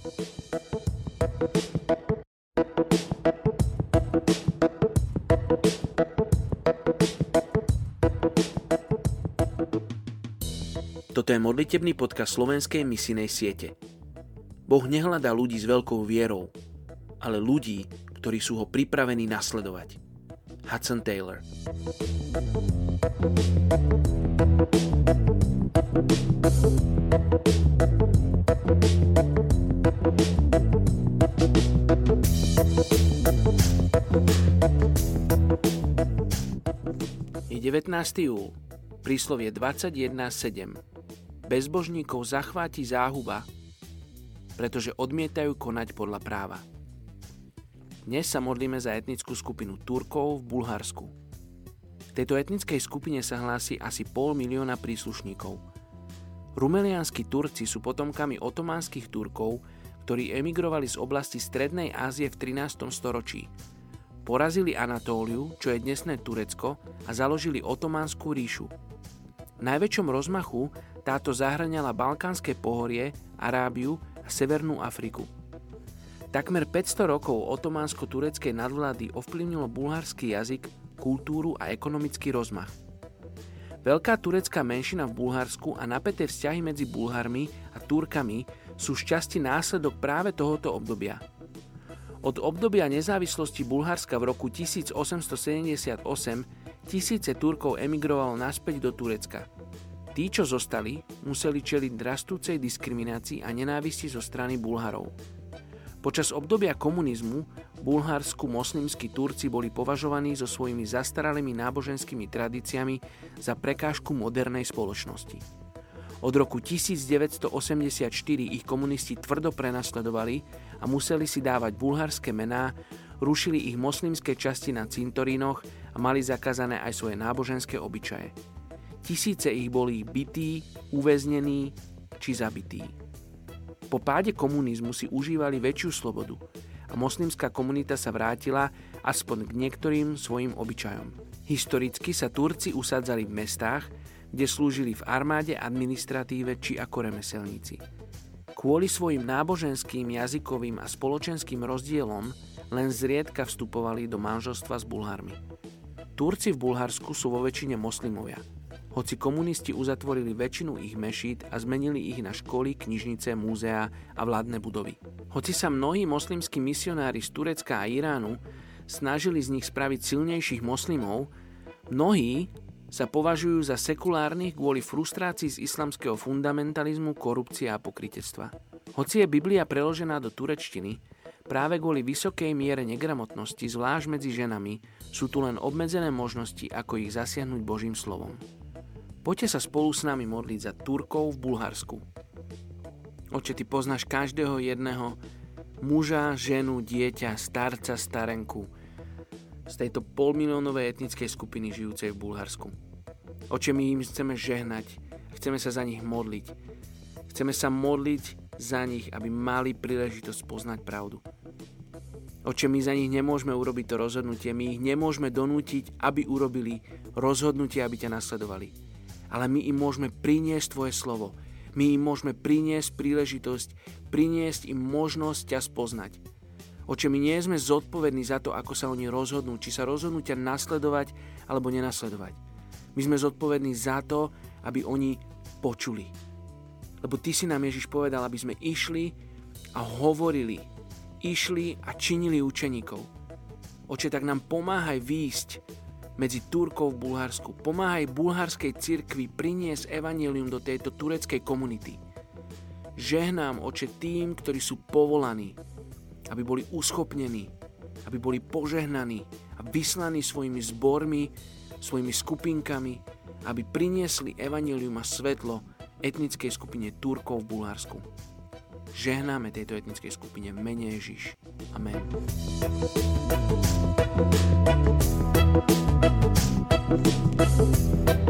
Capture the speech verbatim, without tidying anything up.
Toto je modlitebný podcast slovenskej misijnej siete. Boh nehľadá ľudí s veľkou vierou, ale ľudí, ktorí sú ho pripravení nasledovať. Hudson Taylor. Je devätnásteho júla, príslovie dvadsaťjeden sedem. Bezbožníkov zachváti záhuba, pretože odmietajú konať podľa práva. Dnes sa modlíme za etnickú skupinu Turkov v Bulharsku. V tejto etnickej skupine sa hlási asi pol milióna príslušníkov. Rumelianskí Turci sú potomkami otománskych Turkov, ktorí emigrovali z oblasti Strednej Ázie v trinástom storočí. Porazili Anatóliu, čo je dnesné Turecko, a založili Otománsku ríšu. V najväčšom rozmachu táto zahŕňala Balkánske pohorie, Arábiu a Severnú Afriku. Takmer päťsto rokov otománsko-tureckej nadvlády ovplyvnilo bulharský jazyk, kultúru a ekonomický rozmach. Veľká turecká menšina v Bulharsku a napäté vzťahy medzi Bulharmi a Turkami sú šťastí následok práve tohoto obdobia. Od obdobia nezávislosti Bulharska v roku tisíc osemsto sedemdesiatosem tisíce Turkov emigrovalo naspäť do Turecka. Tí, čo zostali, museli čeliť rastúcej diskriminácii a nenávisti zo strany Bulharov. Počas obdobia komunizmu v Bulharsku moslimskí Turci boli považovaní so svojimi zastaralými náboženskými tradíciami za prekážku modernej spoločnosti. Od roku devätnásťstoosemdesiatštyri ich komunisti tvrdo prenasledovali a museli si dávať bulharské mená, rušili ich moslimské časti na cintorínoch a mali zakázané aj svoje náboženské obyčaje. Tisíce ich boli bití, uväznení či zabití. Po páde komunizmu si užívali väčšiu slobodu a moslimská komunita sa vrátila aspoň k niektorým svojim obyčajom. Historicky sa Turci usádzali v mestách, kde slúžili v armáde, administratíve či ako remeselníci. Kvôli svojim náboženským, jazykovým a spoločenským rozdielom len zriedka vstupovali do manželstva s Bulharmi. Turci v Bulharsku sú vo väčšine moslimovia. Hoci komunisti uzatvorili väčšinu ich mešít a zmenili ich na školy, knižnice, múzeá a vládne budovy. Hoci sa mnohí moslimskí misionári z Turecka a Iránu snažili z nich spraviť silnejších moslimov, mnohí sa považujú za sekulárnych kvôli frustrácii z islamského fundamentalizmu, korupcie a pokrytectva. Hoci je Biblia preložená do turečtiny, práve kvôli vysokej miere negramotnosti, zvlášť medzi ženami, sú tu len obmedzené možnosti, ako ich zasiahnuť Božím slovom. Poďte sa spolu s nami modliť za Turkov v Bulharsku. Oče, ty poznáš každého jedného muža, ženu, dieťa, starca, starenku z tejto polmiliónovej etnickej skupiny žijúcej v Bulharsku. Oče, my im chceme žehnať, chceme sa za nich modliť. Chceme sa modliť za nich, aby mali príležitosť poznať pravdu. Oče, my za nich nemôžeme urobiť to rozhodnutie, my ich nemôžeme donútiť, aby urobili rozhodnutie, aby ťa nasledovali. Ale my im môžeme priniesť tvoje slovo. My im môžeme priniesť príležitosť, priniesť im možnosť ťa spoznať. Oče, my nie sme zodpovední za to, ako sa oni rozhodnú, či sa rozhodnú ťa nasledovať alebo nenasledovať. My sme zodpovední za to, aby oni počuli. Lebo ty si nám, Ježiš, povedal, aby sme išli a hovorili, išli a činili učeníkov. Oče, tak nám pomáhaj výjsť medzi Turkov v Bulharsku. Pomáhaj bulharskej cirkvi priniesť evanjelium do tejto tureckej komunity. Žehnám, Oče, tým, ktorí sú povolaní, aby boli uschopnení, aby boli požehnaní a vyslaní svojimi zbormi, svojimi skupinkami, aby priniesli evanjelium a svetlo etnickej skupine Turkov v Bulharsku. Žehnáme tejto etnickej skupine v mene Ježiš. Amen. Thank you.